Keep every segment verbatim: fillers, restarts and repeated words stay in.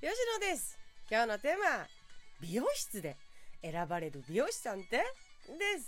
吉野です。今日のテーマ、美容室で選ばれる美容師さんってです。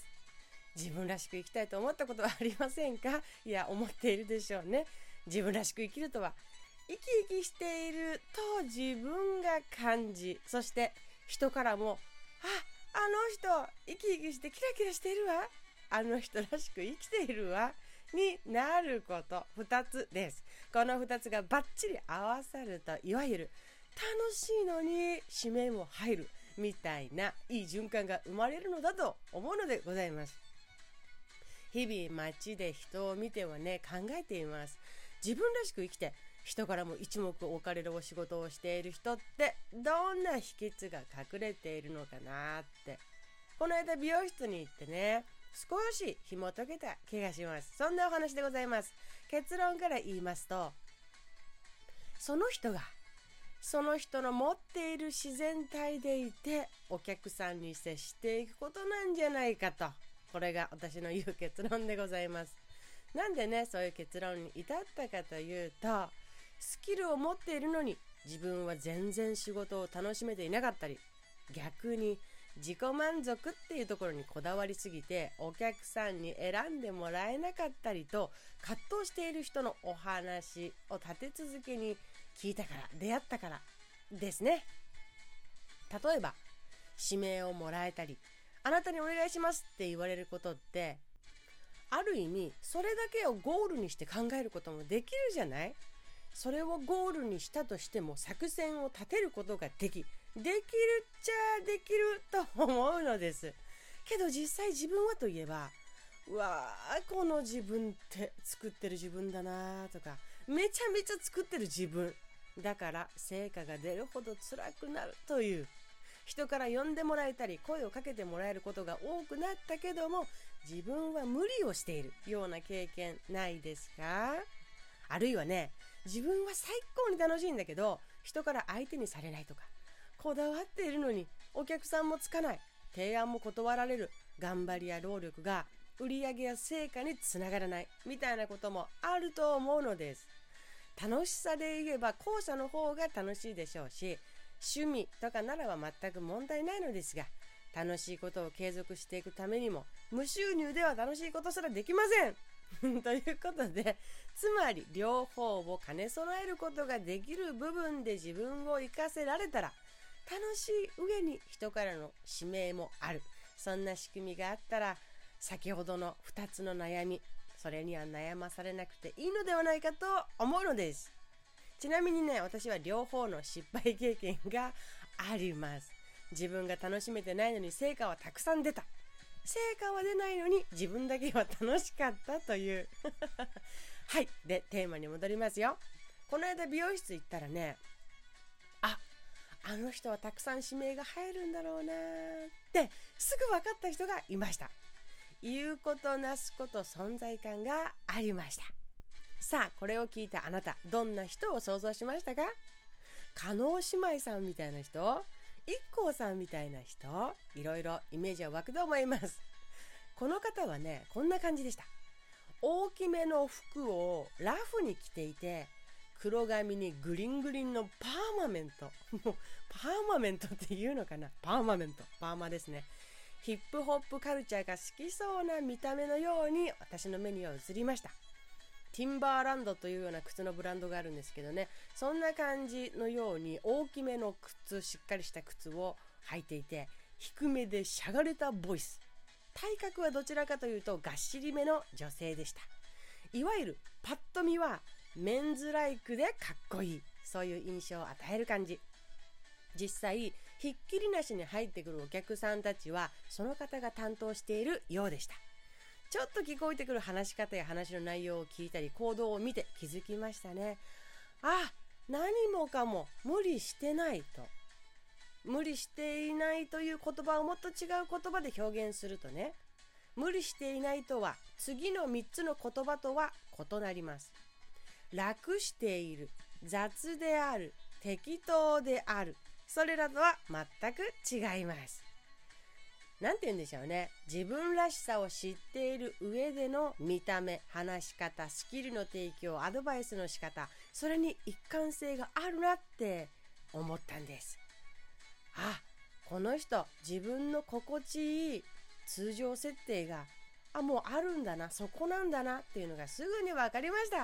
自分らしく生きたいと思ったことはありませんか？いや、思っているでしょうね。自分らしく生きるとは、生き生きしていると自分が感じ、そして人からも、あ、あの人生き生きしてキラキラしているわ、あの人らしく生きているわになること、ふたつです。このふたつがバッチリ合わさると、いわゆる楽しいのに指名も入るみたいないい循環が生まれるのだと思うのでございます。日々街で人を見てはね、考えています。自分らしく生きて人からも一目置かれるお仕事をしている人ってどんな秘訣が隠れているのかなって。この間美容室に行ってね、少し紐解けた気がします。そんなお話でございます。結論から言いますと、その人がその人の持っている自然体でいてお客さんに接していくことなんじゃないかと、これが私の言う結論でございます。なんでね、そういう結論に至ったかというと、スキルを持っているのに自分は全然仕事を楽しめていなかったり、逆に自己満足っていうところにこだわりすぎてお客さんに選んでもらえなかったりと葛藤している人のお話を立て続けに聞いたから、出会ったからですね。例えば指名をもらえたり、あなたにお願いしますって言われることって、ある意味それだけをゴールにして考えることもできるじゃない。それをゴールにしたとしても作戦を立てることができできるっちゃできると思うのです。けど実際自分はといえば、うわー、この自分って作ってる自分だなとか、めちゃめちゃ作ってる自分だから成果が出るほど辛くなるという、人から呼んでもらえたり声をかけてもらえることが多くなったけども、自分は無理をしているような経験ないですか？あるいはね、自分は最高に楽しいんだけど人から相手にされないとか、こだわっているのにお客さんもつかない、提案も断られる、頑張りや労力が売り上げや成果につながらないみたいなこともあると思うのです。楽しさで言えば後者の方が楽しいでしょうし、趣味とかならば全く問題ないのですが、楽しいことを継続していくためにも無収入では楽しいことすらできませんということで、つまり両方を兼ね備えることができる部分で自分を生かせられたら、楽しい上に人からの指名もある、そんな仕組みがあったら、先ほどのふたつの悩み、それには悩まされなくていいのではないかと思うのです。ちなみにね、私は両方の失敗経験があります。自分が楽しめてないのに成果はたくさん出た、成果は出ないのに自分だけは楽しかったというはい。で、テーマに戻りますよ。この間美容室行ったらね、あ、あの人はたくさん指名が入るんだろうなってすぐ分かった人がいました。言うことなすこと存在感がありました。さあ、これを聞いたあなた、どんな人を想像しましたか？加納姉妹さんみたいな人、IKKOさんみたいな人、いろいろイメージは湧くと思います。この方はね、こんな感じでした。大きめの服をラフに着ていて、黒髪にグリングリンのパーマメントもうパーマメントっていうのかな、パーマメント、パーマですね。ヒップホップカルチャーが好きそうな見た目のように私の目には映りました。ティンバーランドというような靴のブランドがあるんですけどね、そんな感じのように大きめの靴、しっかりした靴を履いていて、低めでしゃがれたボイス、体格はどちらかというとがっしりめの女性でした。いわゆるパッと見はメンズライクでかっこいい、そういう印象を与える感じ。実際ひっきりなしに入ってくるお客さんたちはその方が担当しているようでした。ちょっと聞こえてくる話し方や話の内容を聞いたり行動を見て気づきましたね。あ、何もかも無理してないと。無理していないという言葉をもっと違う言葉で表現するとね、無理していないとは次のみっつの言葉とは異なります。楽している、雑である、適当である、それらとは全く違います。なんて言うんでしょうね、自分らしさを知っている上での見た目、話し方、スキルの提供、アドバイスの仕方、それに一貫性があるなって思ったんです。あ、この人自分の心地いい通常設定があもうあるんだな、そこなんだなっていうのがすぐに分かりました。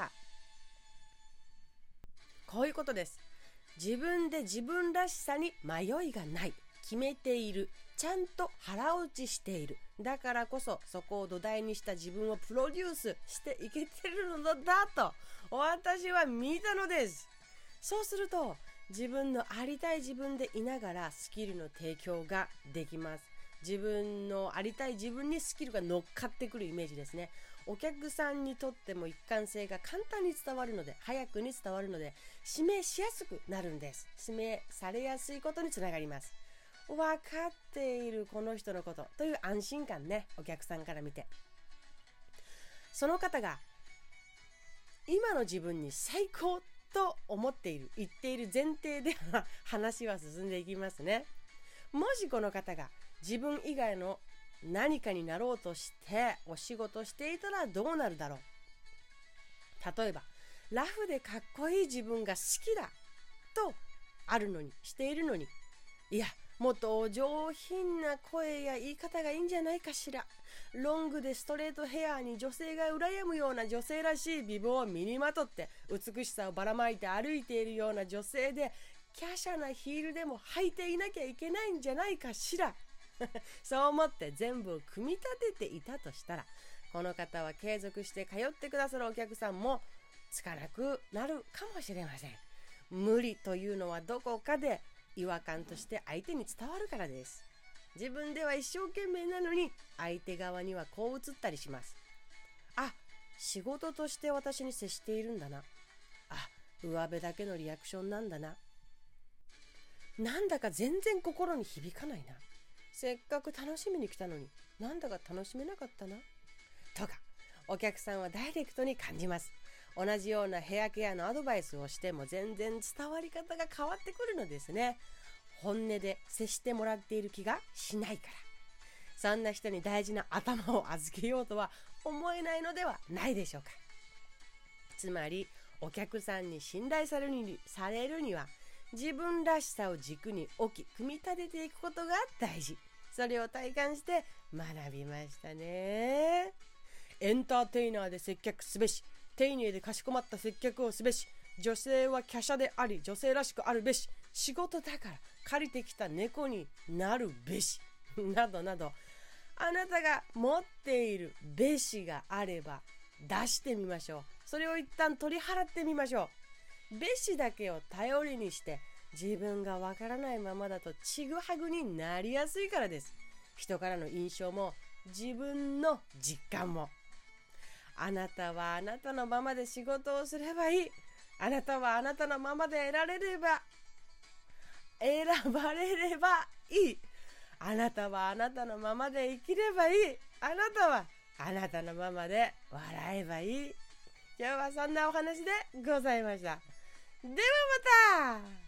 こういうことです。自分で自分らしさに迷いがない、決めている、ちゃんと腹落ちしている、だからこそそこを土台にした自分をプロデュースしていけてるのだと私は見たのです。そうすると自分のありたい自分でいながらスキルの提供ができます。自分のありたい自分にスキルが乗っかってくるイメージですね。お客さんにとっても一貫性が簡単に伝わるので、早くに伝わるので指名しやすくなるんです。指名されやすいことにつながります。分かっているこの人のことという安心感ね、お客さんから見て。その方が今の自分に最高と思っている、言っている前提では話は進んでいきますね。もしこの方が自分以外の何かになろうとしてお仕事していたらどうなるだろう。例えばラフでかっこいい自分が好きだとあるのにしているのに、いやもっとお上品な声や言い方がいいんじゃないかしら、ロングでストレートヘアに女性が羨むような女性らしい美貌を身にまとって美しさをばらまいて歩いているような女性で、華奢なヒールでも履いていなきゃいけないんじゃないかしらそう思って全部を組み立てていたとしたら、この方は継続して通ってくださるお客さんもつかなくなるかもしれません。無理というのはどこかで違和感として相手に伝わるからです。自分では一生懸命なのに相手側にはこう映ったりします。あ、仕事として私に接しているんだな。あ、上辺だけのリアクションなんだな。なんだか全然心に響かないな。せっかく楽しみに来たのになんだか楽しめなかったな。とかお客さんはダイレクトに感じます。同じようなヘアケアのアドバイスをしても全然伝わり方が変わってくるのですね。本音で接してもらっている気がしないから。そんな人に大事な頭を預けようとは思えないのではないでしょうか。つまりお客さんに信頼されるに、されるには自分らしさを軸に置き組み立てていくことが大事。それを体感して学びましたね。エンターテイナーで接客すべし、丁寧でかしこまった接客をすべし、女性は華奢であり女性らしくあるべし、仕事だから借りてきた猫になるべしなどなど、あなたが持っているべしがあれば出してみましょう。それを一旦取り払ってみましょう。べしだけを頼りにして自分がわからないままだとちぐはぐになりやすいからです。人からの印象も自分の実感も。あなたはあなたのままで仕事をすればいい。あなたはあなたのままで得られれば選ばれればいい。あなたはあなたのままで生きればいい。あなたはあなたのままで笑えばいい。今日はそんなお話でございました。ではまた。